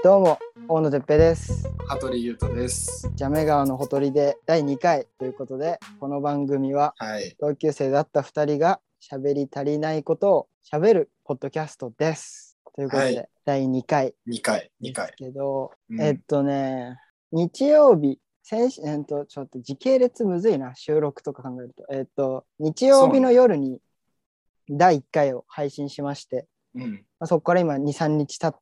どうも、大野哲平です。 羽鳥優斗です。 ジャメ川のほとりで第2回ということで、この番組は同級生だった2人が喋り足りないことを喋るポッドキャストです。ということで、第2回ですけど、日曜日、ちょっと時系列むずいな、収録とか考えると。日曜日の夜に第1回を配信しまして、そこから今2、3日経って、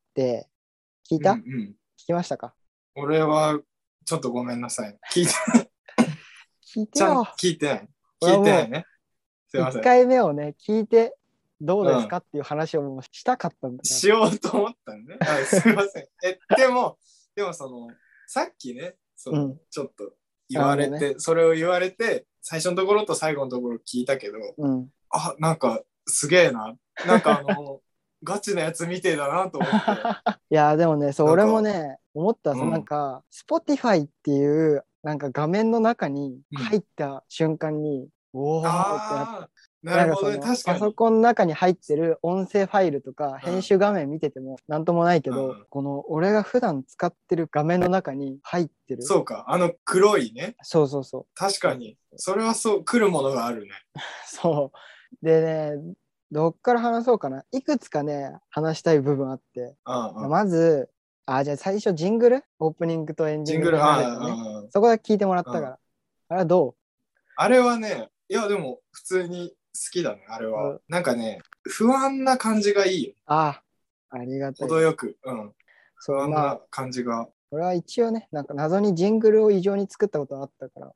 聞いた？聞きましたか？ 俺はちょっとごめんなさい。聞いてよ。 聞いてないね。 すいません。1回目をね、聞いてどうですかっていう話をもうしたかったんだから。 しようと思ったんね。すいません。でもそのさっきね、ちょっと言われて、それを言われて、最初のところと最後のところ聞いたけど、なんかすげえな。なんかガチなやつみてえだなと思って。 いやでもね、俺もね思った。なんか Spotify っていうなんか画面の中に入った瞬間に、おおってなって。 なるほどね、確かに。 パソコンの中に入ってる音声ファイルとか編集画面見ててもなんともないけど、この俺が普段使ってる画面の中に入ってる。 そうか、黒いね。 そう。 確かに、それはそう来るものがあるね。 そうでね、どっから話そうかな。いくつかね話したい部分あって、まずじゃあ最初ジングル、オープニングとエンディングの話ね、そこだけ聞いてもらったから、あれはどう？ あれはね、いやでも普通に好きだね。あれはなんかね、不安な感じがいいよ。 ありがたい。 程よく、不安な感じが。 俺は一応ね、なんか謎にジングルを異常に作ったことがあったから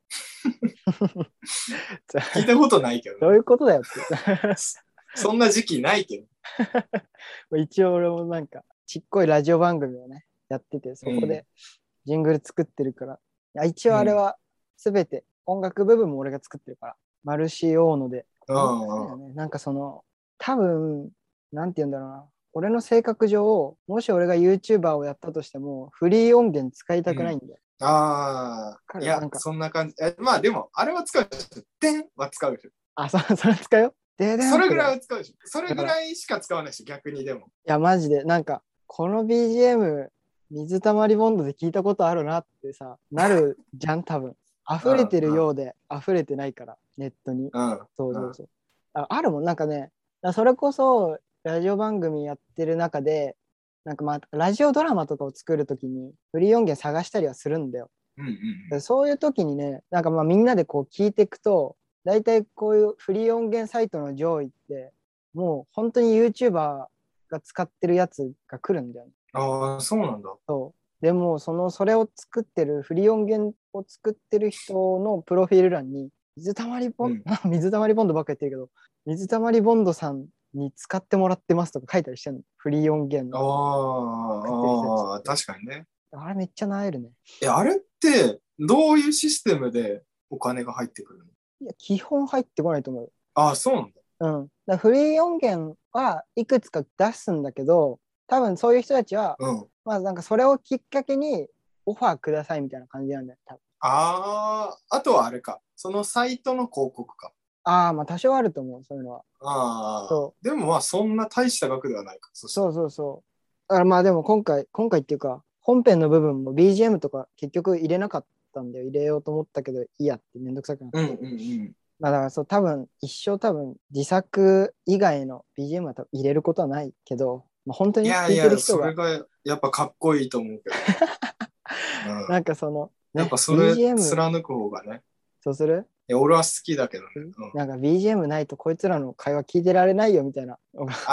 聞いたことないけど、ね、 どういうことだよってそんな時期ないけど一応俺もなんかちっこいラジオ番組をねやってて、そこでジングル作ってるから、一応あれは全て音楽部分も俺が作ってるから、マルシー大野で、なんか多分なんて言うんだろうな、俺の性格上、もし俺が YouTuber をやったとしてもフリー音源使いたくないんだよ。 いや、そんな感じ。まあでもあれは使うでしょ。でんは使うでしょ。 それ使うよ。 それぐらいは使うでしょ。それぐらいしか使わないし、逆に。でもいやマジでなんかこの BGM 水たまりボンドで聞いたことあるなってさなるじゃん。多分溢れてるようで溢れてないから、ネットに。そうあるもん。なんかね、それこそラジオ番組やってる中でなんかラジオドラマとかを作るときにフリー音源探したりはするんだよ。そういう時にね、なんかみんなでこう聞いていくと、大体こういうフリー音源サイトの上位ってもう本当に YouTuber が使ってるやつが来るんだよね。 そうなんだ。 でもそれを作ってる、フリー音源を作ってる人のプロフィール欄に水たまりボンドばっか言ってるけど、水たまりボンドさんに使ってもらってますとか書いたりしてるの。フリー音源の確かにね。 あれめっちゃなえるね。 あれってどういうシステムでお金が入ってくるの？ いや基本入ってこないと思う。 そうなんだ。 だフリー音源はいくつか出すんだけど、多分そういう人たちは、なんかそれをきっかけにオファーくださいみたいな感じなんだよ、多分。 あとはあれか、そのサイトの広告か。 多少あると思う、そういうのは。 でもそんな大した額ではないか。 そうだからでも今回っていうか本編の部分も BGM とか結局入れなかったんだよ。入れようと思ったけどいいやってめんどくさくなって。だから多分自作以外の BGM は多分入れることはないけど、本当に聴いてる人が。 それがやっぱかっこいいと思うけど。 なんかやっぱそれ貫く方がね。 そうする？ 俺は好きだけどね。 なんか BGM ないとこいつらの会話聞いてられないよみたいな。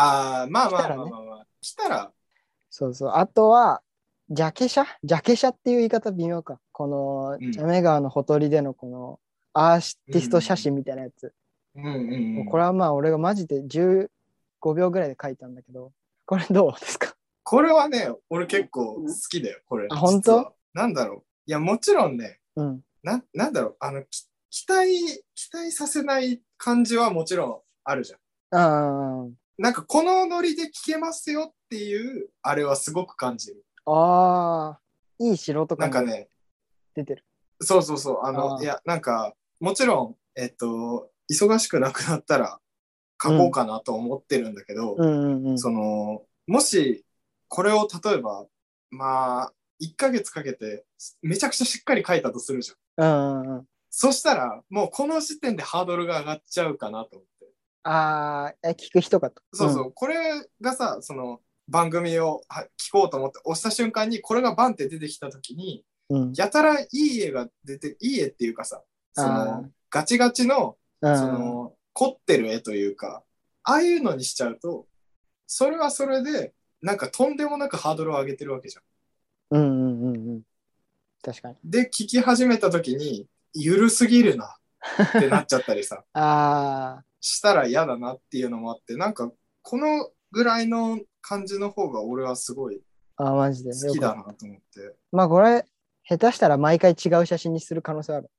来たら。 あとはジャケ写っていう言い方微妙か。このジャメ川のほとりでのこのアーティスト写真みたいなやつ。これは俺がマジで15秒ぐらいで描いたんだけど、これどうですか？ これはね、俺結構好きだよ、これ。 本当？ なんだろう。いや、もちろんね、なんだろう、期待させない感じはもちろんあるじゃん。なんかこのノリで聴けますよっていうあれはすごく感じる。 いい素人感が出てる。 そういやなんかもちろん忙しくなくなったら書こうかなと思ってるんだけど、もしこれを例えばまあ、1ヶ月かけて、めちゃくちゃしっかり書いたとするじゃん。 うんうん。 そしたら、もうこの時点でハードルが上がっちゃうかなと思って。 聞く人かと。 そうそう、これがさ、その番組を聞こうと思って押した瞬間に、これがバンって出てきたときに、やたらいい絵が出て、いい絵っていうかさ、そのガチガチの、その凝ってる絵というか、ああいうのにしちゃうと、それはそれで、なんかとんでもなくハードルを上げてるわけじゃん。 確かに。 で、聞き始めたときに、ゆるすぎるなってなっちゃったりさ、したら嫌だなっていうのもあって、なんか、このぐらいの感じの方が俺はすごいマジで好きだなと思って。 まあこれ、下手したら毎回違う写真にする可能性ある。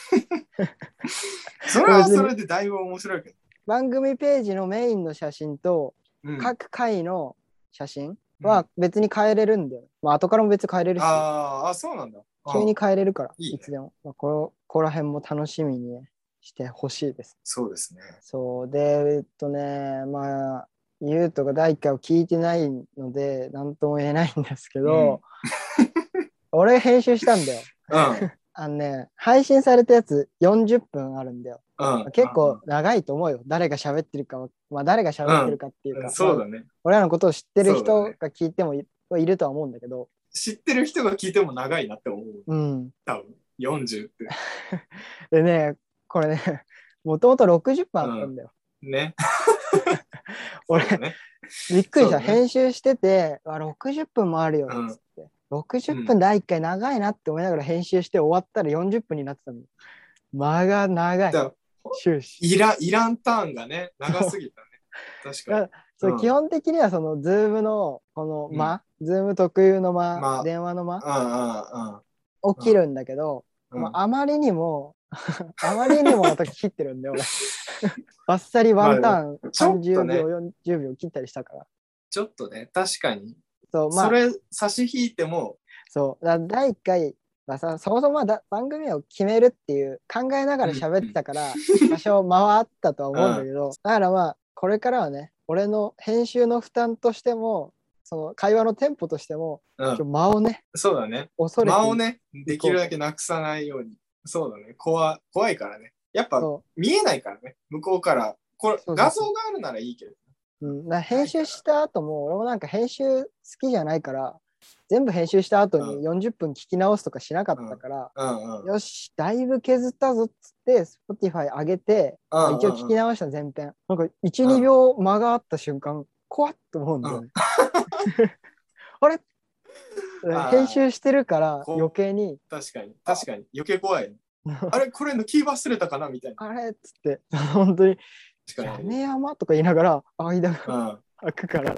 それはそれでだいぶ面白いけど。 番組ページのメインの写真と、各回の写真は別に変えれるんだよ。まあ後からも別に変えれるし。 そうなんだ。 急に変えれるから、いつでも。まあ、ここら辺も楽しみにしてほしいです。 そうですね。 そうで、まあ、ゆうとか第1回を聞いてないので、なんとも言えないんですけど、俺編集したんだよ。配信されたやつ40分あるんだよ。結構長いと思うよ。誰が喋ってるか、まあ誰が喋ってるかっていうか、 そうだね。 俺らのことを知ってる人が聞いてもいるとは思うんだけど。 知ってる人が聞いても長いなって思う。多分40って。 でね、これね、もともと60分あったんだよ。 ね。 俺、びっくりした。編集してて、60分もあるよっつって。60分第1回長いなって思いながら編集して終わったら40分になってたの。間が長い。終始。 いらんターンがね、長すぎたね。確かに。 そう基本的にはそのズームのこの間、ズーム特有の間、電話の間起きるんだけど、あまりにもまた切ってるんで俺バッサリワンターン30秒、40秒切ったりしたから。 ちょっとね、確かに。それ差し引いても。 そうだ第1回はさ、そもそも番組を決めるっていう考えながら喋ってたから、多少間はあったとは思うんだけど、だからまあこれからはね、俺の編集の負担としても、その会話のテンポとしても、間をね、 そうだね。間をね、できるだけなくさないように。そうだね。怖いからね。やっぱ見えないからね。向こうから。これ画像があるならいいけど。 編集した後も、俺もなんか編集好きじゃないから、全部編集した後に40分聞き直すとかしなかったから、よし、だいぶ削ったぞっつって、Spotify 上げて、一応聞き直した全編。なんか1、2秒間があった瞬間、怖っと思うんだよね。あれ編集してるから余計に。 確かに余計怖い。あれこれ抜き忘れたかなみたいな。 あれっつって、本当に、やめやまとか言いながら、間が開くから。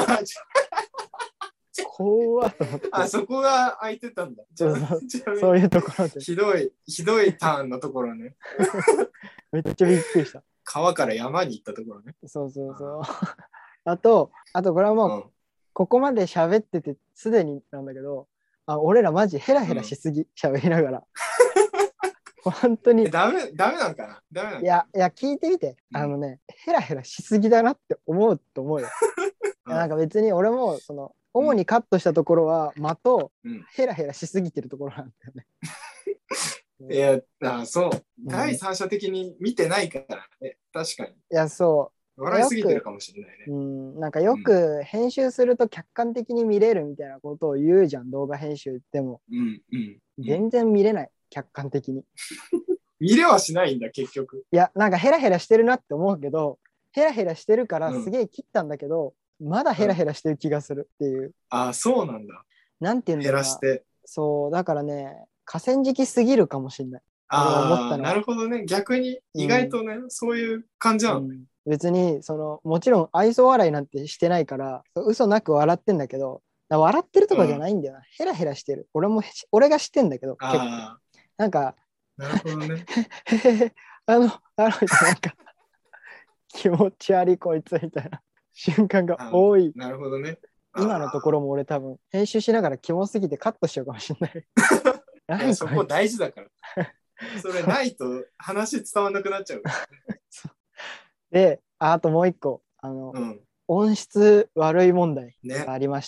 怖っと思って。 そこが開いてたんだ。 そういうところで。 ひどいターンのところね。 めっちゃびっくりした。 川から山に行ったところね。 そう。あとこれはもう、ここまで喋っててすでになんだけど、俺らマジヘラヘラしすぎ、喋りながら。本当に。 ダメなんかな。 いや、聞いてみて。ヘラヘラしすぎだなって思うと思うよ。なんか別に俺も、主にカットしたところは、間とヘラヘラしすぎてるところなんだよね。いや、そう。第三者的に見てないからね。確かに。いや、そう。 笑いすぎてるかもしれないね。 なんかよく編集すると客観的に見れるみたいなことを言うじゃん、動画編集っても。全然見れない、客観的に。 見れはしないんだ、結局。 いや、なんかヘラヘラしてるなって思うけど、ヘラヘラしてるからすげえ切ったんだけど、まだヘラヘラしてる気がするっていう。 そうなんだ。 なんていうんだろうな。 減らして。 そう、だからね、河川敷すぎるかもしれない。 なるほどね。逆に、意外とね、そういう感じなの。 別に、もちろん愛想笑いなんてしてないから、嘘なく笑ってんだけど、笑ってるとかじゃないんだよな。ヘラヘラしてる。俺が知ってんだけど、結構。なんか、 なるほどね。 なんか、気持ち悪いこいつみたいな瞬間が多い。 なるほどね。 今のところも俺多分編集しながらキモすぎてカットしようかもしれない。そこ大事だから。それないと話伝わんなくなっちゃう。 で、あともう一個、音質悪い問題がありまして、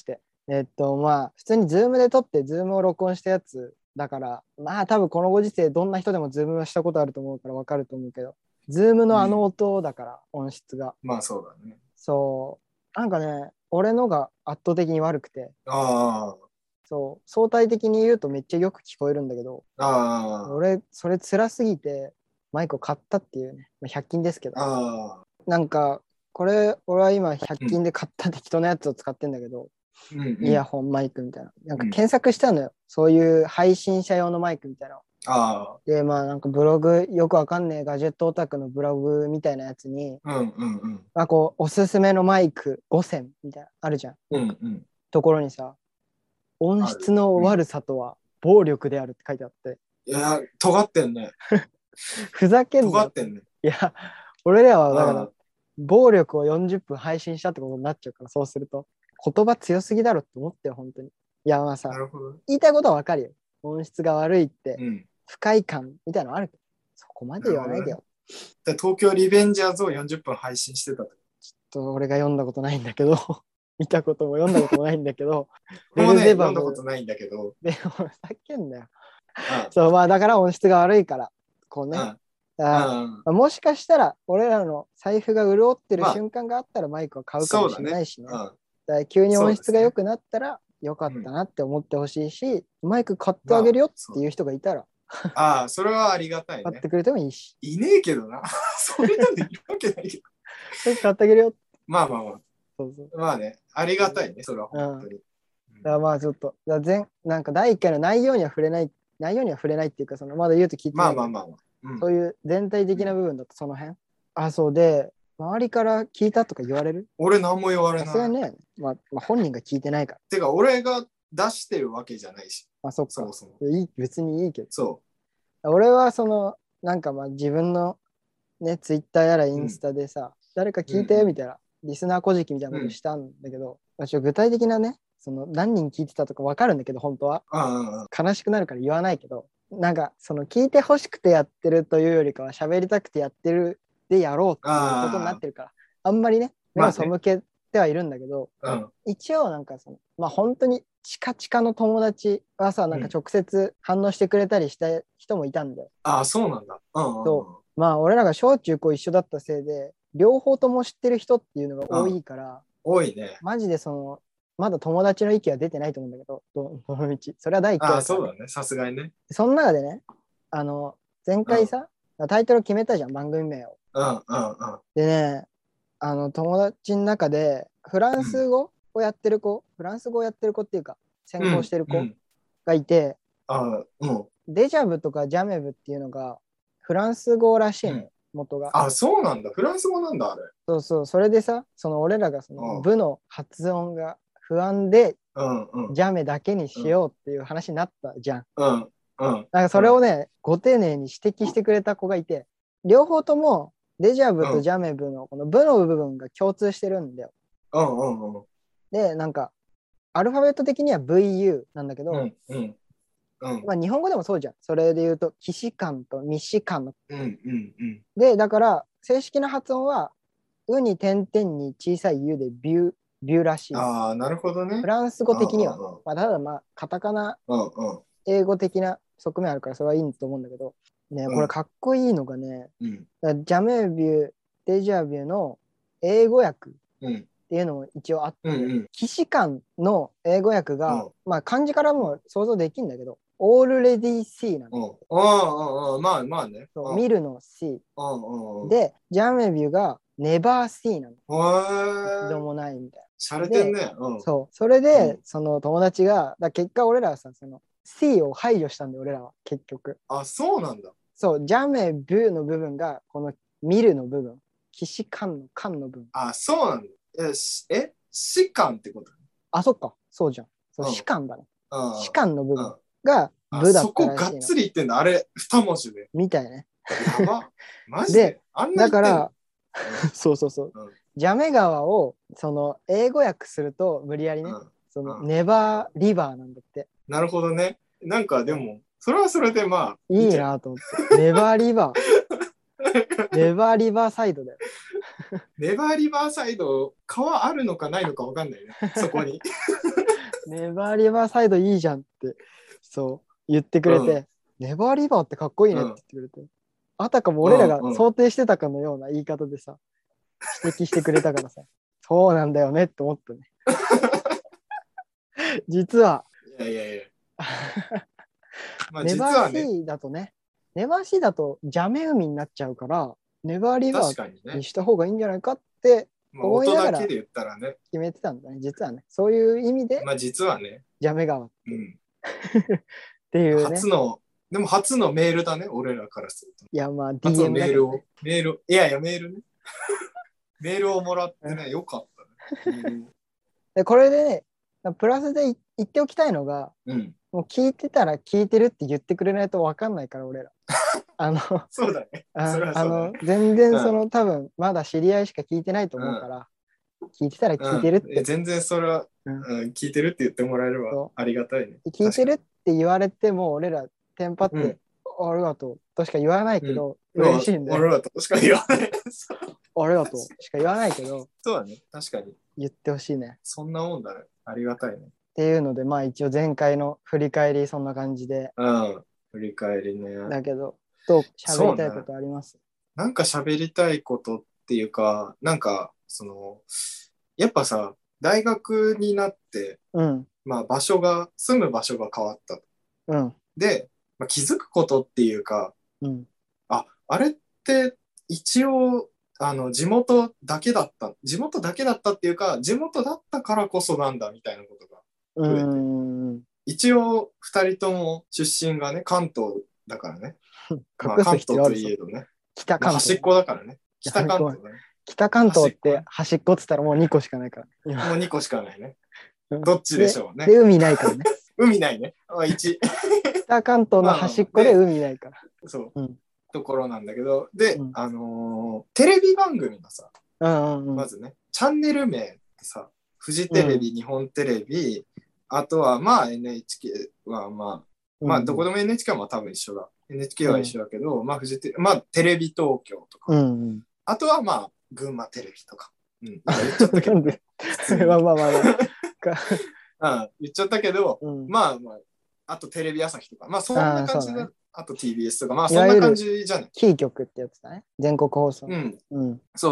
まあ、普通にズームで撮って、ズームを録音したやつだから、まあ多分このご時世どんな人でもズームはしたことあると思うから分かると思うけど、ズームのあの音だから、音質が。 まあそうだね。 そう。なんかね、俺のが圧倒的に悪くて。 ああ。 そう。相対的に言うとめっちゃよく聞こえるんだけど、俺、それ辛すぎて、マイクを買ったっていうね。まあ、100均ですけど。なんか、これ、俺は今100均で買った適当なやつを使ってんだけど、イヤホンマイクみたいな。なんか検索したのよ。そういう配信者用のマイクみたいな。で、まあなんかブログ、よくわかんねえガジェットオタクのブログみたいなやつに、まあこう、おすすめのマイク5選みたいな、あるじゃん。ところにさ、音質の悪さとは暴力であるって書いてあって。 いや、尖ってんね。 ふざけんな。 尖ってんね。 いや、俺らはだから、暴力を40分配信したってことになっちゃうから、そうすると。言葉強すぎだろって思ってよ、本当に。いや、まあさ、言いたいことはわかるよ。音質が悪いって、不快感みたいなのあるけど、そこまで言わないでよ。 東京リベンジャーズを40分配信してた。ちょっと俺が読んだことないんだけど、見たことも読んだこともないんだけど、 もうね、読んだことないんだけど。 でも、叫んだよ。そう、まあだから音質が悪いから、こうね。もしかしたら、俺らの財布が潤ってる瞬間があったらマイクを買うかもしれないしね。急に音質が良くなったら良かったなって思ってほしいし、マイク買ってあげるよっていう人がいたら、 それはありがたいね。 買ってくれてもいいし。 いねえけどな。それなんでいるわけないけど。 買ってあげるよ。 まあ。まあね、ありがたいね、それは本当に。 だからまあちょっと、なんか第1回の内容には触れないっていうか、まだ言うと聞いてない。そういう全体的な部分だとその辺。そうで、周りから聞いたとか言われる？ 俺何も言われない。 それはね、まあ本人が聞いてないから。 てか俺が出してるわけじゃないし。 そっか。別にいいけど。 そう。 俺はなんかまあ自分のね、ツイッターやらインスタでさ、誰か聞いてみたいな、リスナーこじきみたいなことしたんだけど、具体的なね、何人聞いてたとか分かるんだけど、本当は。悲しくなるから言わないけど、なんか聞いてほしくてやってるというよりかは喋りたくてやってるでやろうっていうことになってるから、あんまりね、目を背けてはいるんだけど、一応なんかまあ本当にチカチカの友達はさ、なんか直接反応してくれたりした人もいたんだよ。 そうなんだ。 まあ俺らが小中高一緒だったせいで、両方とも知ってる人っていうのが多いから、 多いね。 マジでまだ友達の域は出てないと思うんだけど、どの道。それは第1回。 そうだね。さすがにね。 その中でね、前回さ、タイトル決めたじゃん、番組名を。でね、友達の中で、フランス語をやってる子っていうか、専攻してる子がいて、デジャブとかジャメブっていうのが、フランス語らしいの、元が。 そうなんだ。フランス語なんだ、あれ。 そう。それでさ、俺らが部の発音が不安で、ジャメだけにしようっていう話になったじゃん。なんかそれをね、ご丁寧に指摘してくれた子がいて、両方ともデジャブとジャメブのこの部の部分が共通してるんだよ。で、なんか、アルファベット的には VU なんだけど、まあ日本語でもそうじゃん。それで言うと、騎士官と日士官の。で、だから、正式な発音は、うに点々に小さい U でビューらしい。 なるほどね。 フランス語的には。まあ、ただまあ、カタカナ、英語的な側面あるから、それはいいと思うんだけど、ね、これかっこいいのがね、ジャメビュー、デジャビューの英語訳っていうのも一応あって、騎士官の英語訳が、まあ漢字からも想像できるんだけど、オールレディー C なんだよ。 まあね。 見るの C。で、ジャメビューがネバー C なの。一度もないみたいな。 しゃれてんね。 そう。それで、友達が、結果俺らはさ、C を排除したんだよ、俺らは、結局。 そうなんだ。 そう、ジャメビューの部分が、この見るの部分。騎士官の官の部分。 そうなんだ。士官ってこと？ そっか。そうじゃん。士官だね。士官の部分が部だったらしいの。 そこがっつり言ってんだ。あれ、2文字で。 みたいね。 やば。マジでだから、そう。ジャメ川を、英語訳すると、無理やりね、ネバーリバーなんだって。 なるほどね。なんかでも、それはそれでまあ。 いいなと思って。ネバーリバー。ネバーリバーサイドだよ。 ネバーリバーサイド、川あるのかないのか分かんないね。そこに。 ネバーリバーサイドいいじゃんってそう言ってくれて、ネバーリバーってかっこいいねって言ってくれて、あたかも俺らが想定してたかのような言い方でさ、指摘してくれたからさ、そうなんだよねって思ったね。実は。 いやいやいや。 まあネバーシーだとね、ネバーシーだとジャメ海になっちゃうから、ネバーリバーにした方がいいんじゃないかって思いながら決めてたんだね。実はね、そういう意味で、 まあ実はね、 ジャメ川っていうね。 でも初のメールだね、俺らからすると。 いやまあ DM だけど、ね、メール、いやメールね。メールをもらってね、よかったね。 でこれでね、プラスで言っておきたいのが、もう聞いてたら聞いてるって言ってくれないと分かんないから、俺ら。 そうだね。 全然多分まだ知り合いしか聞いてないと思うから、聞いてたら聞いてるって。 全然それは、聞いてるって言ってもらえればありがたいね。 聞いてるって言われても、俺らテンパって、ありがとうとしか言わないけど、嬉しいんだよ。 ありがとうしか言わない。 ありがとうしか言わないけど、 そうだね、確かに。 言ってほしいね。 そんなもんだね。ありがたいね。 っていうので、まあ一応前回の振り返りそんな感じで。 振り返りね。 だけど、どう喋りたいことあります？ なんか喋りたいことっていうか、なんかやっぱさ、大学になって、まあ住む場所が変わった。で、まあ、気づくことっていうか、あれって一応地元だけだったっていうか、地元だったからこそなんだみたいなことが増えて、一応2人とも出身がね、関東だからね。まあ、関東といえどね。 北関東。 端っこだからね。北関東だね。 北関東って端っこっつったらもう2個しかないから。 もう2個しかないね。どっちでしょうね。 で、海ないからね。 海ないね。1。 北関東の端っこで海ないから。 そう。ところなんだけど、で、テレビ番組のさ、まずね、チャンネル名ってさ、フジテレビ、日本テレビ、あとはまあ NHK はまあどこでも NHK は多分一緒だ。NHK は一緒だけど、まあテレビ東京とか、あとはまあ群馬テレビとか。言っちゃったけど、ね。 まあ言っちゃったけど、まああとテレビ朝日とか、まあそんな感じだ。あと TBS とか、まあそんな感じじゃない。 キー局ってやつだね。全国放送。 そう。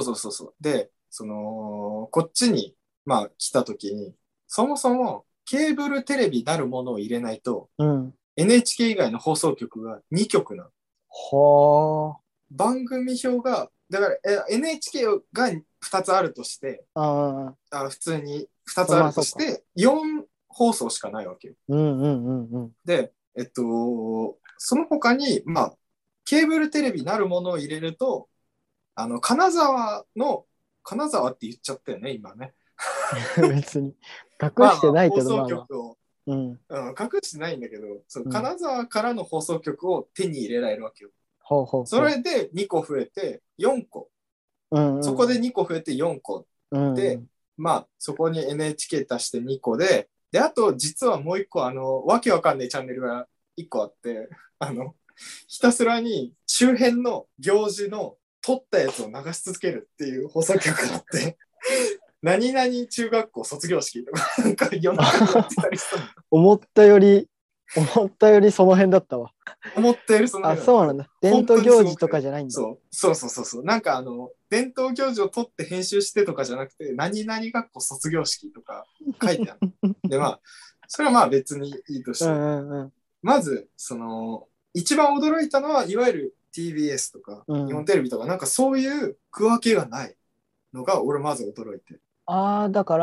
で、こっちにまあ来た時に、そもそもケーブルテレビなるものを入れないと、NHK 以外の放送局が2局なの。番組表が、だから NHK が2つあるとして、普通に2つあるとして、4放送しかないわけよ。で、その他に、まあ、ケーブルテレビなるものを入れると、金沢って言っちゃったよね、今ね。 別に。隠してないけど、 放送局を、隠してないんだけど、金沢からの放送局を手に入れられるわけよ。それで2個増えて4個。そこで2個増えて4個。で、まあ、そこに NHK 足して2個で、あと、実はもう1個、わけわかんないチャンネルが1個あって、ひたすらに周辺の行事の撮ったやつを流し続けるっていう放送局があって、何々中学校卒業式とか、なんか夜中やってたりしたの。 思ったよりその辺だったわ。 思ったよりその辺。 そうなんだ。伝統行事とかじゃないんだ。 そう。なんか伝統行事を撮って編集してとかじゃなくて、何々学校卒業式とか書いてある。で、まあ、それはまあ別にいいとして。まず、一番驚いたのは、いわゆる TBS とか、日本テレビとか、なんかそういう区分けがないのが、俺まず驚いて。 だから、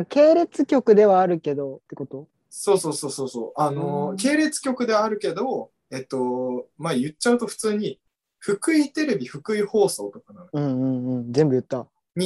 系列局ではあるけどってこと？ そう。系列局ではあるけど、まあ言っちゃうと普通に、福井テレビ、福井放送とかなの。全部言った。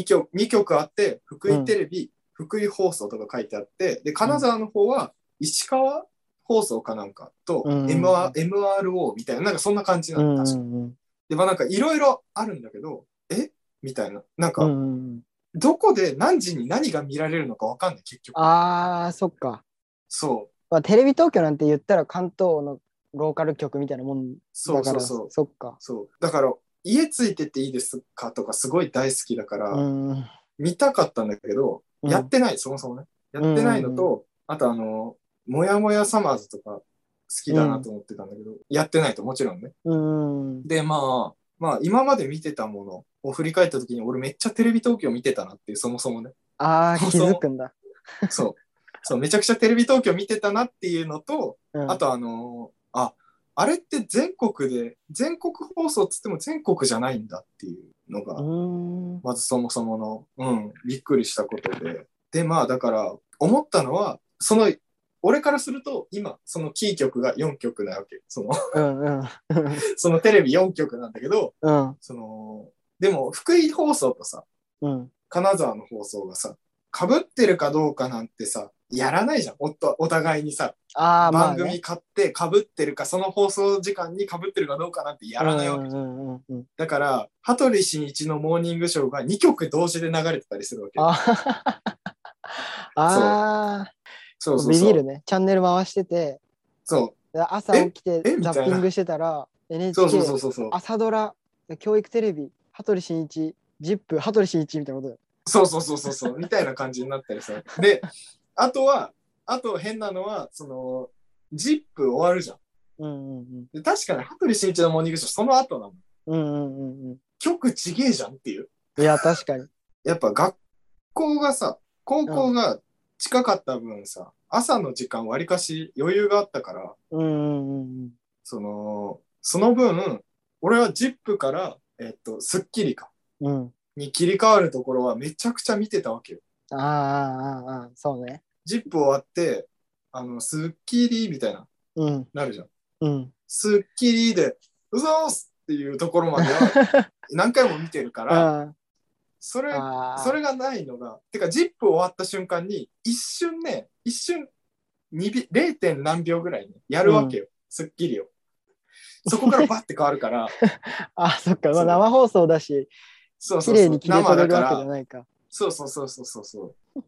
2局あって、福井テレビ、福井放送とか書いてあって、で、金沢の方は、石川放送かなんかと、MRO みたいな、なんかそんな感じなんだ、確かに。で、まあなんかいろいろあるんだけど、みたいな。なんか、どこで何時に何が見られるのか分かんない、結局。 そっか。 そう。 まあ、テレビ東京なんて言ったら関東のローカル局みたいなもんだから、そっか。 そう。だから、家ついてっていいですかとかすごい大好きだから、見たかったんだけど、やってない、そもそもね。やってないのと、 あともやもやサマーズとか好きだなと思ってたんだけど、やってないともちろんね。で、まあ、今まで見てたものを振り返った時に、俺めっちゃテレビ東京見てたなっていう、そもそもね。 ああ、気づくんだ。 そう、めちゃくちゃテレビ東京見てたなっていうのと、あとあれって全国放送っつっても全国じゃないんだっていうのが、まずそもそもの、びっくりしたことで。で、まあだから思ったのは、俺からすると今、そのキー局が4局なわけ。そのテレビ4局なんだけど、でも福井放送とさ、金沢の放送がさ、被ってるかどうかなんてさ、やらないじゃん。お互いにさ、番組買って被ってるか、その放送時間に被ってるかどうかなんてやらないわけじゃん。だから、羽鳥慎一のモーニングショーが2曲同時で流れてたりするわけ。 そうビビるね。チャンネル回してて、朝起きてザッピングしてたら、NHK 朝ドラ、教育テレビ、羽鳥慎一、ZIP、羽鳥慎一みたいなことだよ。 そうみたいな感じになったりさ。で、あと変なのは、ZIP 終わるじゃん。で確かに羽鳥慎一のモーニングショーその後なの。曲ちげえじゃんっていう。 いや、確かに。 やっぱ学校がさ、高校が近かった分さ、朝の時間わりかし余裕があったから、その分、俺は ZIP から、スッキリか。に切り替わるところはめちゃくちゃ見てたわけよ。 そうね。 ZIP 終わって、スッキリみたいな、なるじゃん。スッキリで、うそーすっていうところまでは何回も見てるから、それがないのが、てか ZIP 終わった瞬間に、一瞬 0. 何秒ぐらいね、やるわけよ、スッキリを。そこからバッて変わるから。 そっか、生放送だし、綺麗に切れ取れるわけじゃないか。 そう。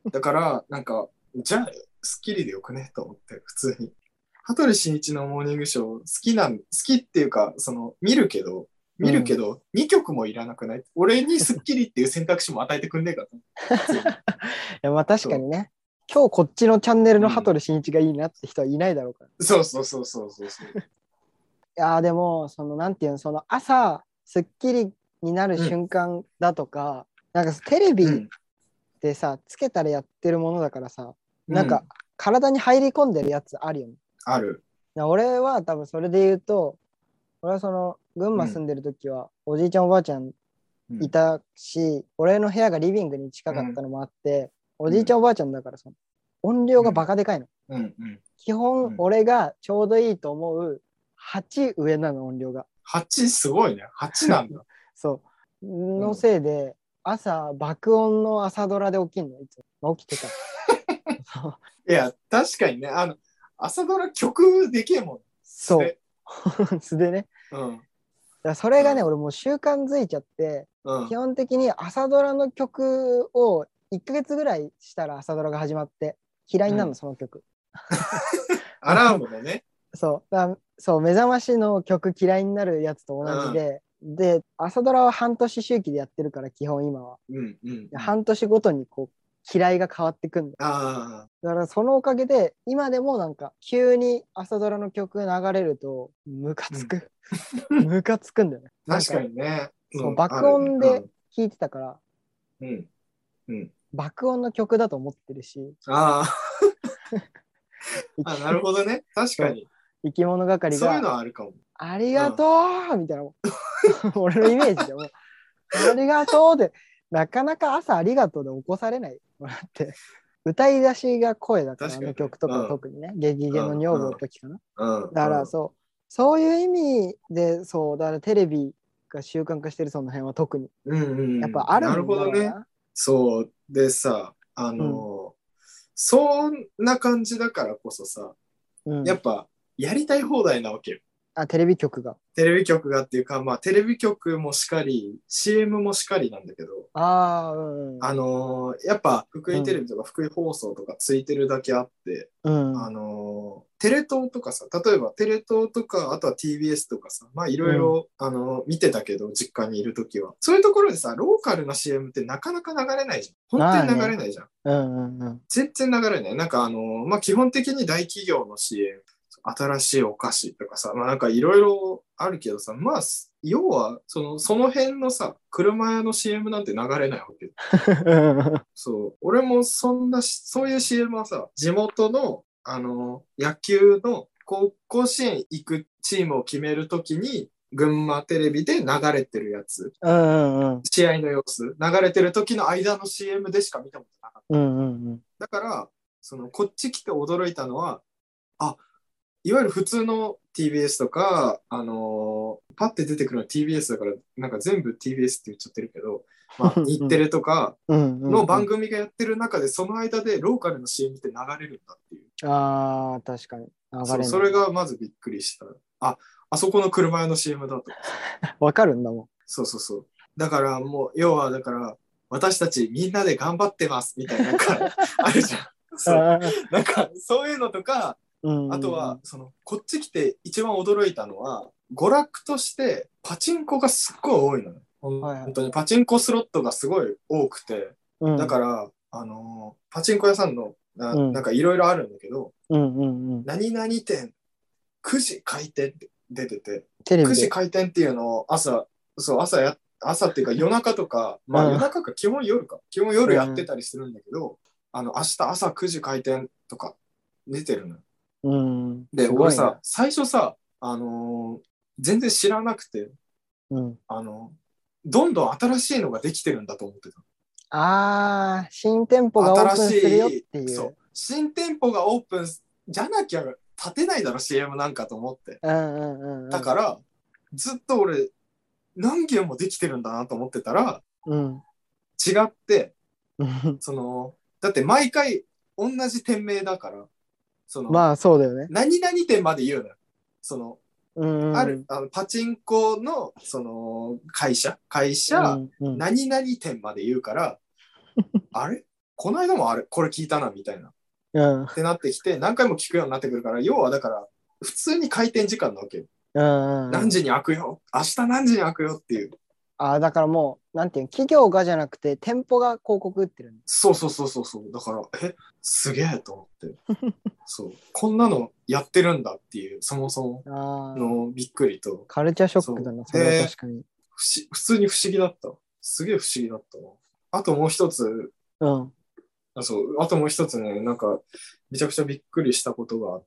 だから、なんか、じゃあ、スッキリでよくねと思って、普通に。羽鳥慎一のモーニングショー好きっていうか、見るけど、2曲もいらなくない？俺にスッキリっていう選択肢も与えてくんねえかと。 いや、まあ確かにね。今日こっちのチャンネルの羽鳥慎一がいいなって人はいないだろうから。 そう。 いや、でも、なんていうの、朝、スッキリになる瞬間だとか、なんかテレビでさ、つけたらやってるものだからさ、なんか体に入り込んでるやつあるよね。 ある。 俺は多分それで言うと、俺は群馬住んでる時は、おじいちゃんおばあちゃんいたし、俺の部屋がリビングに近かったのもあって、おじいちゃんおばあちゃんだからさ、音量がバカでかいの。基本、俺がちょうどいいと思う8上なの、音量が。 8すごいね。8なんだ。 そうのせいで、朝爆音の朝ドラで起きんの、いつも起きてた。 いや確かにね、朝ドラ曲できえもん。 そう素でね。だそれがね、俺もう習慣づいちゃって、基本的に朝ドラの曲を1ヶ月ぐらいしたら朝ドラが始まって嫌いになるの、その曲。 アラームでね。 そう目覚ましの曲嫌いになるやつと同じで、で朝ドラは半年周期でやってるから基本今は、半年ごとにこう嫌いが変わってくんだ。だからそのおかげで今でもなんか急に朝ドラの曲流れるとムカつく、ムカつくんだよね。 確かにね。 爆音で聴いてたから、爆音の曲だと思ってるし。 なるほどね。確かに。 生き物係がそういうのはあるかも。 ありがとうみたいな。俺のイメージでもありがとうで、なかなか朝ありがとうで起こされないもらって。歌い出しが声だから、あの曲とか特にね、ゲゲゲの女房の時かな。だからそういう意味で、だからテレビが習慣化してる、その辺は特に。やっぱあるんだろうな。 なるほどね。そうでさ、そんな感じだからこそさ、やっぱやりたい放題なわけよ。 テレビ局が。 テレビ局がっていうか、まあテレビ局もしかり、CM もしかりなんだけど、やっぱ福井テレビとか福井放送とかついてるだけあって、テレ東とかさ、例えばテレ東とか、あとは TBS とかさ、まあいろいろ見てたけど、実家にいるときは。そういうところでさ、ローカルな CM ってなかなか流れないじゃん。本当に流れないじゃん。全然流れない。なんかまあ基本的に大企業の CM、新しいお菓子とかさ、まあなんかいろいろあるけどさ、まあ、要はその辺のさ、車屋の CM なんて流れないわけ。そう。俺もそういう CM はさ、地元の、野球の甲子園行くチームを決めるときに、群馬テレビで流れてるやつ、試合の様子、流れてる時の間の CM でしか見たことなかった。だから、こっち来て驚いたのは、いわゆる普通の TBS とか、パッて出てくるのは TBS だから、なんか全部 TBS って言っちゃってるけど、まあ、日テレとかの番組がやってる中で、その間でローカルの CM って流れるんだっていう。 確かに。 それがまずびっくりした。あそこの車屋の CM だと。 わかるんだもん。 そう。だからもう、要はだから、私たちみんなで頑張ってますみたいな、なんかあるじゃん。そう。なんか、そういうのとか、あとはこっち来て一番驚いたのは娯楽としてパチンコがすっごい多いのよ。本当にパチンコスロットがすごい多くて、だからパチンコ屋さんのなんかいろいろあるんだけど、何々店9時開店って出てて、9時開店っていうのを朝っていうか夜中とか、まあ夜中か基本夜やってたりするんだけど、明日朝9時開店とか出てるのよ。で、俺さ、最初さ、全然知らなくて、どんどん新しいのができてるんだと思ってた。 新店舗がオープンするよっていう。そう、 新店舗がオープンじゃなきゃ立てないだろ CM なんかと思って。だから、ずっと俺、何件もできてるんだなと思ってたら、違って、だって毎回同じ店名だから、 まあそうだよね。 何々店まで言うのよ。あるパチンコの会社、何々店まで言うからあれこの間もこれ聞いたなみたいな、ってなってきて何回も聞くようになってくるから、要はだから普通に開店時間なわけよ。何時に開くよ、明日何時に開くよっていう。 だからもうなんていう企業がじゃなくて店舗が広告売ってるんだ。 そうだからすげえと思ってそうこんなのやってるんだっていう、そもそものびっくりとカルチャーショックだな。それは確かに普通に不思議だった。すげえ不思議だったわ。あともう一つ、あともう一つね、なんかめちゃくちゃびっくりしたことがあって、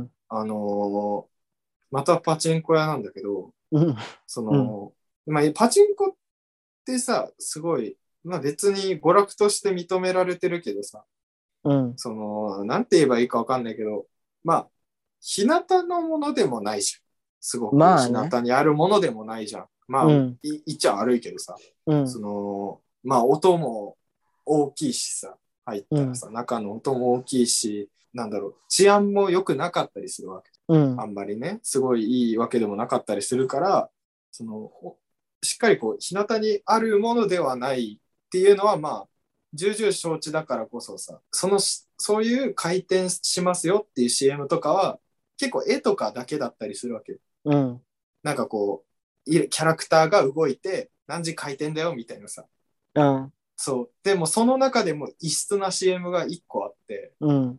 またパチンコ屋なんだけど、まあ、パチンコってさ、すごい、まあ別に娯楽として認められてるけどさ、なんて言えばいいかわかんないけど、まあ、日向のものでもないじゃん。すごく日向にあるものでもないじゃん。まあ、言っちゃ悪いけどさ、まあ音も大きいしさ、入ったらさ、中の音も大きいし、なんだろう、治安も良くなかったりするわけ。あんまりね、すごいいいわけでもなかったりするから、しっかりこう、日向にあるものではないっていうのは、まあ、重々承知だからこそさ、そういう回転しますよっていう CM とかは、結構絵とかだけだったりするわけ。なんかこう、キャラクターが動いて、何時回転だよみたいなさ。そう。でもその中でも異質な CM が1個あって、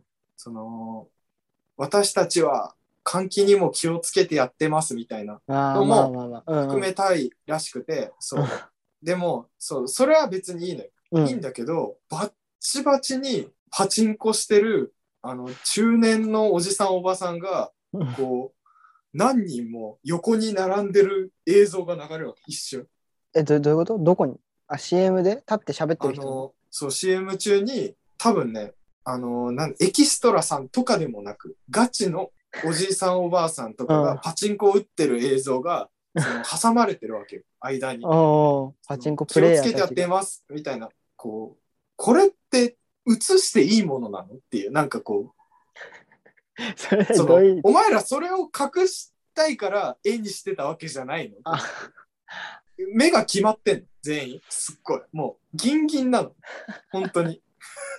私たちは換気にも気をつけてやってますみたいなのも含めたいらしくて、でもそれは別にいいのよ。いいんだけど、バッチバチにパチンコしてる中年のおじさんおばさんがこう何人も横に並んでる映像が流れるわけ、一瞬。 どういうこと？どこに？CM で立って喋ってる人？ そう、CM 中に多分ね、エキストラさんとかでもなく、ガチのおじいさんおばあさんとかがパチンコを打ってる映像が挟まれてるわけよ、間に。 パチンコプレイヤー気をつけてやってますみたいな、これって映していいものなのっていう、なんかこうお前らそれを隠したいから絵にしてたわけじゃないの。目が決まってんの全員。すっごいもうギンギンなの本当に。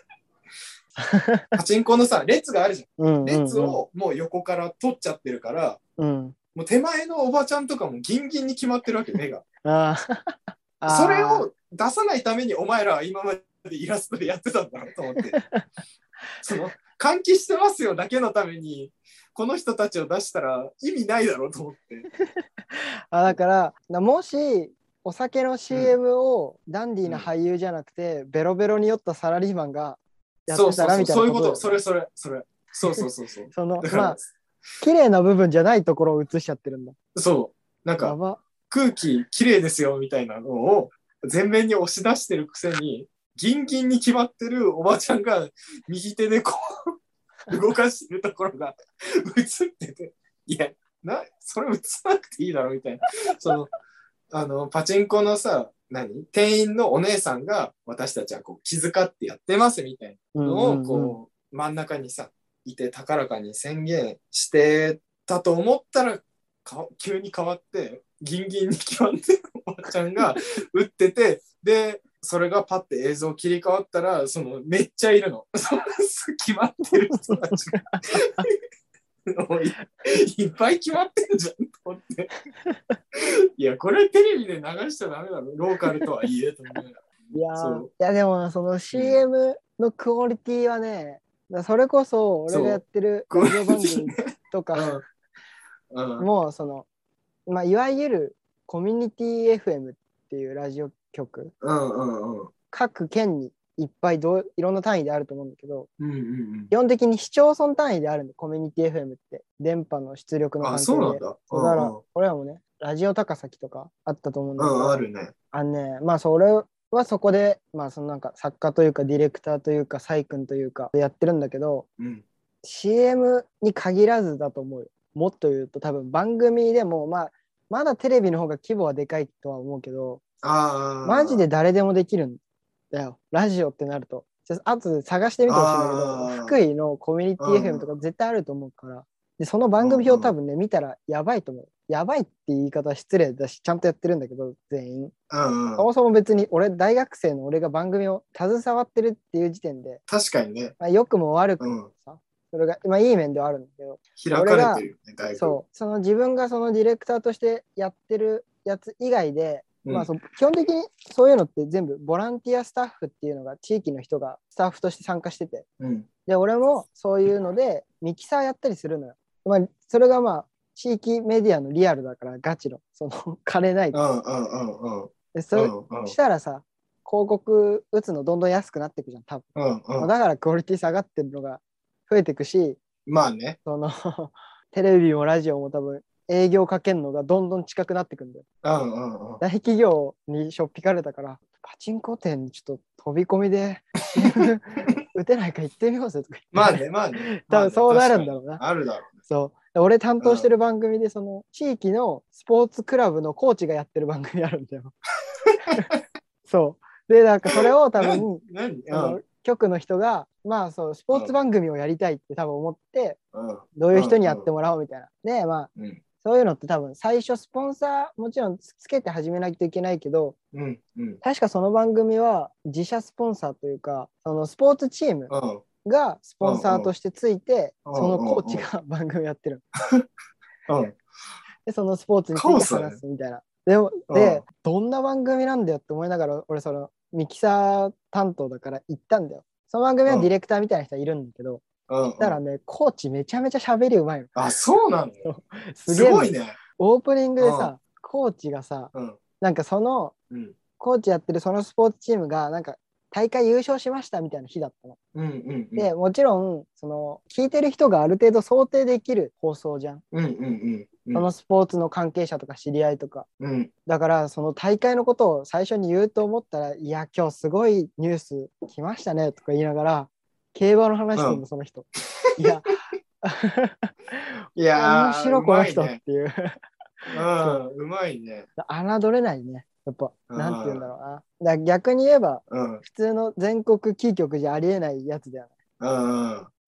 パチンコのさ列があるじゃん、列をもう横から取っちゃってるから、もう手前のおばちゃんとかもギンギンに決まってるわけ目が。それを出さないためにお前らは今までイラストでやってたんだろうと思って。その換気してますよだけのためにこの人たちを出したら意味ないだろうと思って。 だからもしお酒の CM をダンディーな俳優じゃなくて、ベロベロに酔ったサラリーマンがやってたらみたいなこと。そういうこと。それ。そうそのまあ綺麗な部分じゃないところを映しちゃってるんだ。 そう。なんか空気綺麗ですよみたいなのを前面に押し出してるくせにギンギンに決まってるおばちゃんが右手でこう動かしてるところが映ってて、いやそれ映さなくていいだろみたいな。そのパチンコのさ店員のお姉さんが私たちはこう気遣ってやってますみたいなのをこう真ん中にさいて高らかに宣言してたと思ったら急に変わってギンギンに決まってるおばちゃんが打ってて、でそれがパッて映像切り替わったらそのめっちゃいるの決まってる人たちがいっぱい決まってるじゃんと思って。いやこれテレビで流しちゃダメだろローカルとはいえと思う。 いやでもその CM のクオリティはね、それこそ俺がやってるラジオ番組とかもうそのまあいわゆるコミュニティ FM っていうラジオ局、各県にいっぱいいろんな単位であると思うんだけど、基本的に市町村単位であるんで、コミュニティ FM って電波の出力の関係で。 そうなんだ。だから俺らもねラジオ高崎とかあったと思うんだけど、 あるね。 まあそれはそこでまあそのなんか作家というかディレクターというかサイ君というかやってるんだけど、CM に限らずだと思うよ。もっと言うと多分番組でもまだテレビの方が規模はでかいとは思うけど、マジで誰でもできるんだよラジオってなると。あと探してみてほしいんだけど、福井のコミュニティ FM とか絶対あると思うから、でその番組表多分ね見たらやばいと思う。やばいって言い方は失礼だしちゃんとやってるんだけど全員、そもそも別に大学生の俺が番組を携わってるっていう時点で確かにね、 良くも悪くもさ、それがいい面ではあるんだけど、 開かれてるよねだいぶ。 その自分がそのディレクターとしてやってるやつ以外で、基本的にそういうのって全部ボランティアスタッフっていうのが地域の人がスタッフとして参加してて、で俺もそういうのでミキサーやったりするのよ。それが地域メディアのリアルだからガチのその金ないで、そしたらさ広告打つのどんどん安くなっていくじゃん多分、だからクオリティ下がってるのが増えていくし、そのテレビもラジオも多分営業かけるのがどんどん近くなってくんだよ。大企業にしょっぴかれたからパチンコ店にちょっと飛び込みで打てないか行ってみようぜとかまあね多分そうなるんだろうな。 あるだろうね。 そう俺担当してる番組でその地域のスポーツクラブのコーチがやってる番組あるんだよ。そうでなんかそれを多分局の人がそうスポーツ番組をやりたいって多分思って、どういう人にやってもらおうみたいな。でそういうのって多分最初スポンサーもちろんつけて始めないといけないけど、確かその番組は自社スポンサーというかそのスポーツチームがスポンサーとしてついて、そのコーチが番組やってる。でそのスポーツについて話すみたいな。でどんな番組なんだよって思いながら俺そのミキサー担当だから行ったんだよ。その番組はディレクターみたいな人いるんだけど、だからねコーチめちゃめちゃ喋りうまいの。 あ、そうなんだ。 すごいね。オープニングでさ、コーチがさ、なんかその、コーチやってるそのスポーツチームがなんか大会優勝しましたみたいな日だったの。でもちろんその聞いてる人がある程度想定できる放送じゃん。そのスポーツの関係者とか知り合いとか、だからその大会のことを最初に言うと思ったら、いや今日すごいニュース来ましたねとか言いながら競馬の話してるの、その人。いや面白いこの人っていう。 うまいね。 侮れないね。やっぱなんて言うんだろうな。だから逆に言えば、普通の全国キー局じゃありえないやつだよね。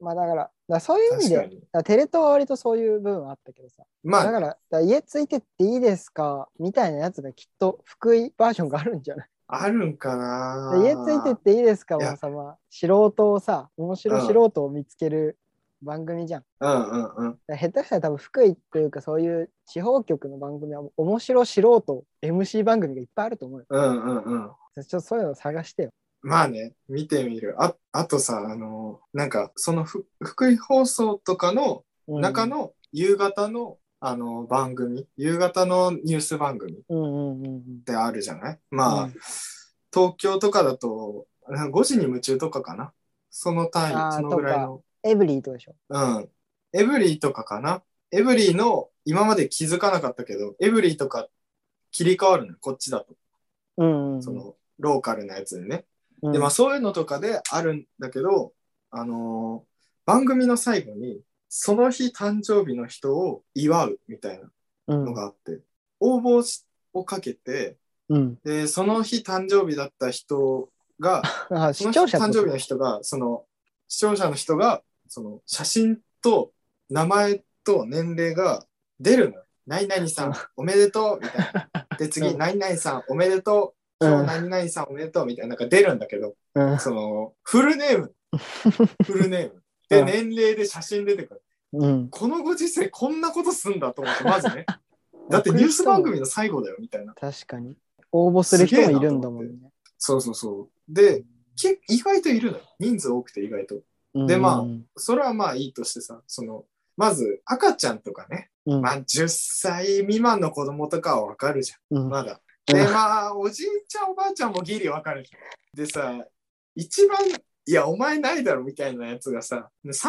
まあだからそういう意味で、テレ東は割とそういう部分はあったけどさ。まあ、だから家ついてっていいですかみたいなやつがきっと福井バージョンがあるんじゃない？ あるんかな。 家ついてっていいですかもさ、まあ、素人をさ、面白素人を見つける番組じゃん。下手したら多分福井というかそういう地方局の番組は面白素人 MC 番組がいっぱいあると思うよ。ちょっとそういうの探してよ。 まあね、見てみる。あとさ、なんかその福井放送とかの中の夕方の、番組、夕方のニュース番組ってあるじゃない？まあ、東京とかだと5時に夢中とかかな。その単位、そのぐらいの。 エブリィとでしょ。 エブリィとかかな。エブリィの今まで気づかなかったけど、エブリィとか切り替わるの、こっちだと。そのローカルなやつでね。で、まあそういうのとかであるんだけど、番組の最後に、その日誕生日の人を祝うみたいなのがあって、応募をかけて、で、その日誕生日だった人が、その日誕生日の人が、その視聴者の人が、その写真と名前と年齢が出るの。何々さんおめでとうみたいな。で、次、何々さんおめでとう。今日何々さんおめでとうみたいななんか出るんだけど、そのフルネームで年齢で写真出てくる、このご時世こんなことすんだと思ってまずねだってニュース番組の最後だよみたいな。 確かに応募する人もいるんだもんね。 そうで意外といるのよ、人数多くて意外と。でまあそれはまあいいとしてさ、そのまず赤ちゃんとかね、まあ10歳未満の子供とかはわかるじゃん、まだ。でまあおじいちゃんおばあちゃんもギリわかる。でさ、一番いやお前ないだろみたいなやつがさ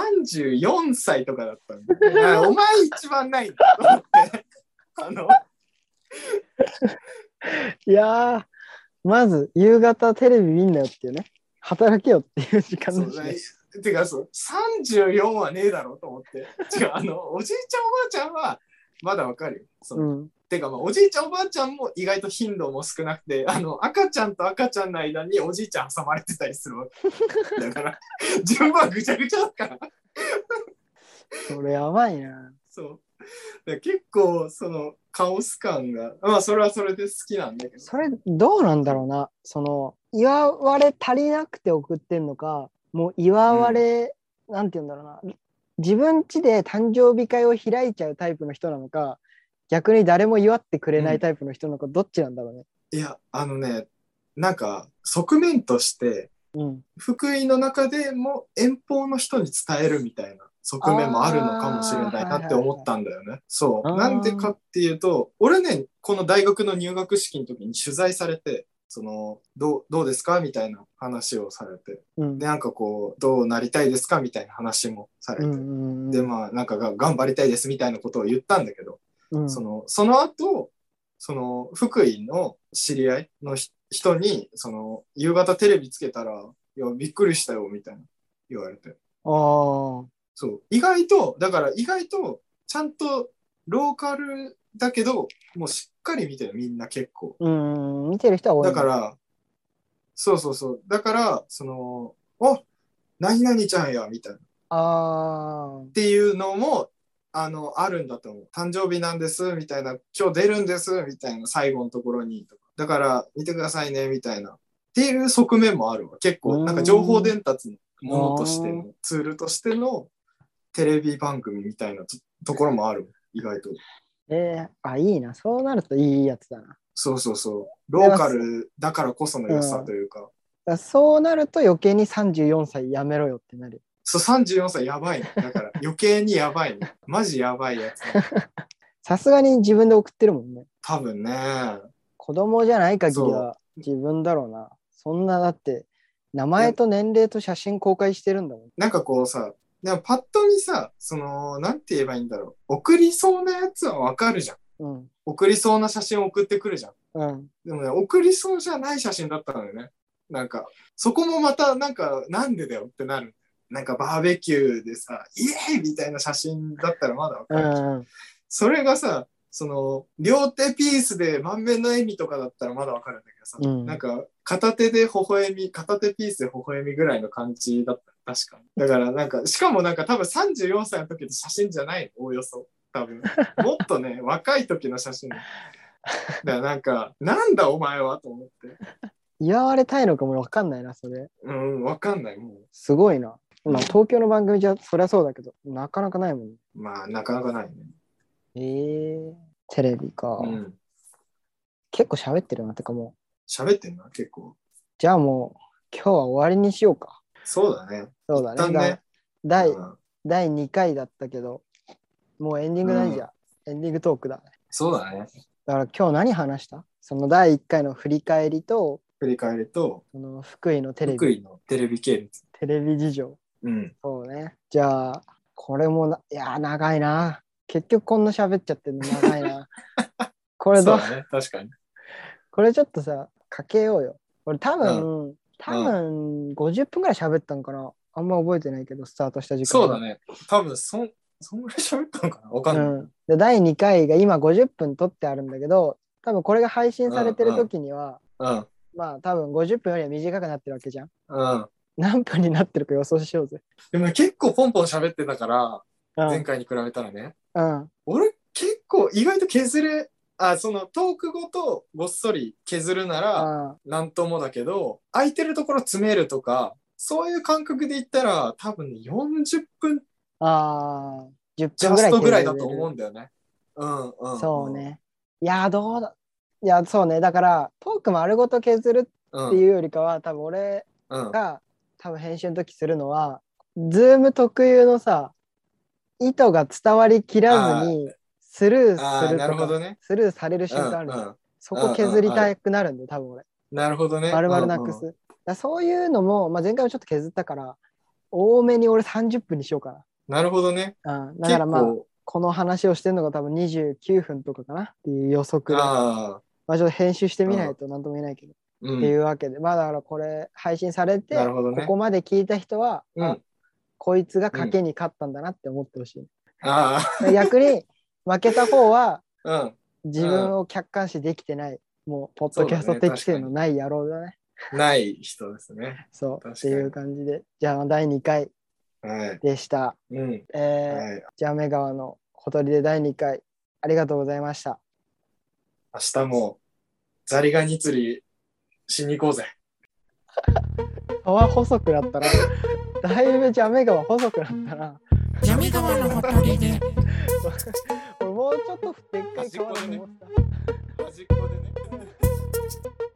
34歳とかだったんだ。お前一番ないんだと思っていやー、まず夕方テレビ見んなよっていうね、働けよっていう時間だしね。 てかそう34はねえだろと思って。違う、おじいちゃんおばあちゃんはまだわかるよ。そのてかまあおじいちゃんおばあちゃんも意外と頻度も少なくて、赤ちゃんと赤ちゃんの間におじいちゃん挟まれてたりするわけだから順番ぐちゃぐちゃだからそれやばいな。 そうだ結構そのカオス感がまあそれはそれで好きなんだけど、 それどうなんだろうな。その祝われ足りなくて送ってんのか、もう祝われ、なんて言うんだろうな、自分家で誕生日会を開いちゃうタイプの人なのか、逆に誰も祝ってくれないタイプの人なのか、どっちなんだろうね。 いやなんか側面として、福井の中でも遠方の人に伝えるみたいな側面もあるのかもしれないなって思ったんだよね。そうなんでかっていうと、俺ねこの大学の入学式の時に取材されて、そのどうですかみたいな話をされて、でなんかこうどうなりたいですかみたいな話もされて、でまあなんか頑張りたいですみたいなことを言ったんだけど、その後その福井の知り合いの人にその夕方テレビつけたらいやびっくりしたよみたいな言われて、そう意外とちゃんとローカルだけどもうしっかり見てるみんな結構。 見てる人は多い。 だからそうだからその何々ちゃんやみたいなっていうのもあるんだと思う。誕生日なんですみたいな、今日出るんですみたいな、最後のところにとか、だから見てくださいねみたいなっていう側面もあるわ。結構なんか情報伝達のものとしてのツールとしてのテレビ番組みたいなところもある、意外と。 いいな。そうなるといいやつだな。 そうローカルだからこその良さというか、 そうなると余計に34歳やめろよってなる。 そう34歳やばい、ね、だから余計にやばいね。マジやばいやつ、ね、 さすがに自分で送ってるもんね。 多分ね。 子供じゃない限りは自分だろうな。そんなだって名前と年齢と写真公開してるんだもん。 なんかこうさ、でもパッと見さ、そのなんて言えばいいんだろう、送りそうなやつはわかるじゃん、送りそうな写真を送ってくるじゃん、でもね送りそうじゃない写真だったのよね。なんかそこもまたなんでだよってなる。なんかバーベキューでさイエーイみたいな写真だったらまだわかる、それがさその両手ピースで満面の笑みとかだったらまだわかるんだけどさ、なんか片手で微笑み、片手ピースで微笑みぐらいの感じだった。確かに。だからなんか、しかもなんか多分34歳の時の写真じゃないの、おおよそ。多分。もっとね、若い時の写真。だからなんか、なんだお前はと思って。 祝われたいのかもわかんないな、それ。 わかんない、もう。 すごいな。まあ、東京の番組じゃそりゃそうだけど、なかなかないもんね。 まあ、なかなかないね。 テレビか。結構喋ってるな、てかもう。喋ってんな、結構。 じゃあもう、今日は終わりにしようか。 そうだね。 そうだね。第2回だったけど、もうエンディングないじゃん。エンディングトークだね。 そうだね。 だから今日何話した？その第1回の振り返りと、 その福井のテレビ。 福井のテレビ系列。 テレビ事情。そうね。じゃあ、これもいや、長いな。結局こんな喋っちゃってるの長いな。これそうだね、確かに。 これちょっとさ、かけようよ。俺多分50分ぐらい喋ったのかな。あんま覚えてないけど、スタートした時間。 そうだね。多分そんぐらい喋ったのかな。わかんない。 で、第2回が今50分撮ってあるんだけど、多分これが配信されてる時には、まあ多分50分よりは短くなってるわけじゃん。何分になってるか予想しようぜ。 でも結構ポンポン喋ってたから、前回に比べたらね。俺結構意外とそのトークごとごっそり削るならなんともだけど、空いてるところ詰めるとか、そういう感覚で言ったら多分ね、40分 10分ジャストぐらいだと思うんだよね。 そうね。いや、どうだ。いや、そうね。だから、トーク丸ごと削るっていうよりかは、多分俺が、多分編集の時するのは、ズーム特有のさ、意図が伝わりきらずに、スルーするとか、スルーされる瞬間あるじゃん。そこ削りたくなるんだよ、多分俺。 なるほどね。 丸々なくす。そういうのも、前回もちょっと削ったから、多めに俺30分にしようかな。 なるほどね。 だからこの話をしてるのが多分29分とかかなっていう予測で。ちょっと編集してみないと何とも言えないけど。っていうわけで、だからこれ配信されて、ここまで聞いた人は、こいつが賭けに勝ったんだなって思ってほしい。逆に負けた方は、自分を客観視できてない、もうポッドキャスト適性のない野郎だね。 ない人ですね。 そうっていう感じで、じゃあ第2回でした。ジャメ川のほとりで第2回ありがとうございました。 明日もザリガニ釣りしに行こうぜ。 川細くなったら、だいぶジャメ川細くなったな。 ジャメ川のほとりで。 俺もうちょっとでっかい川だと思った。 端っこでね。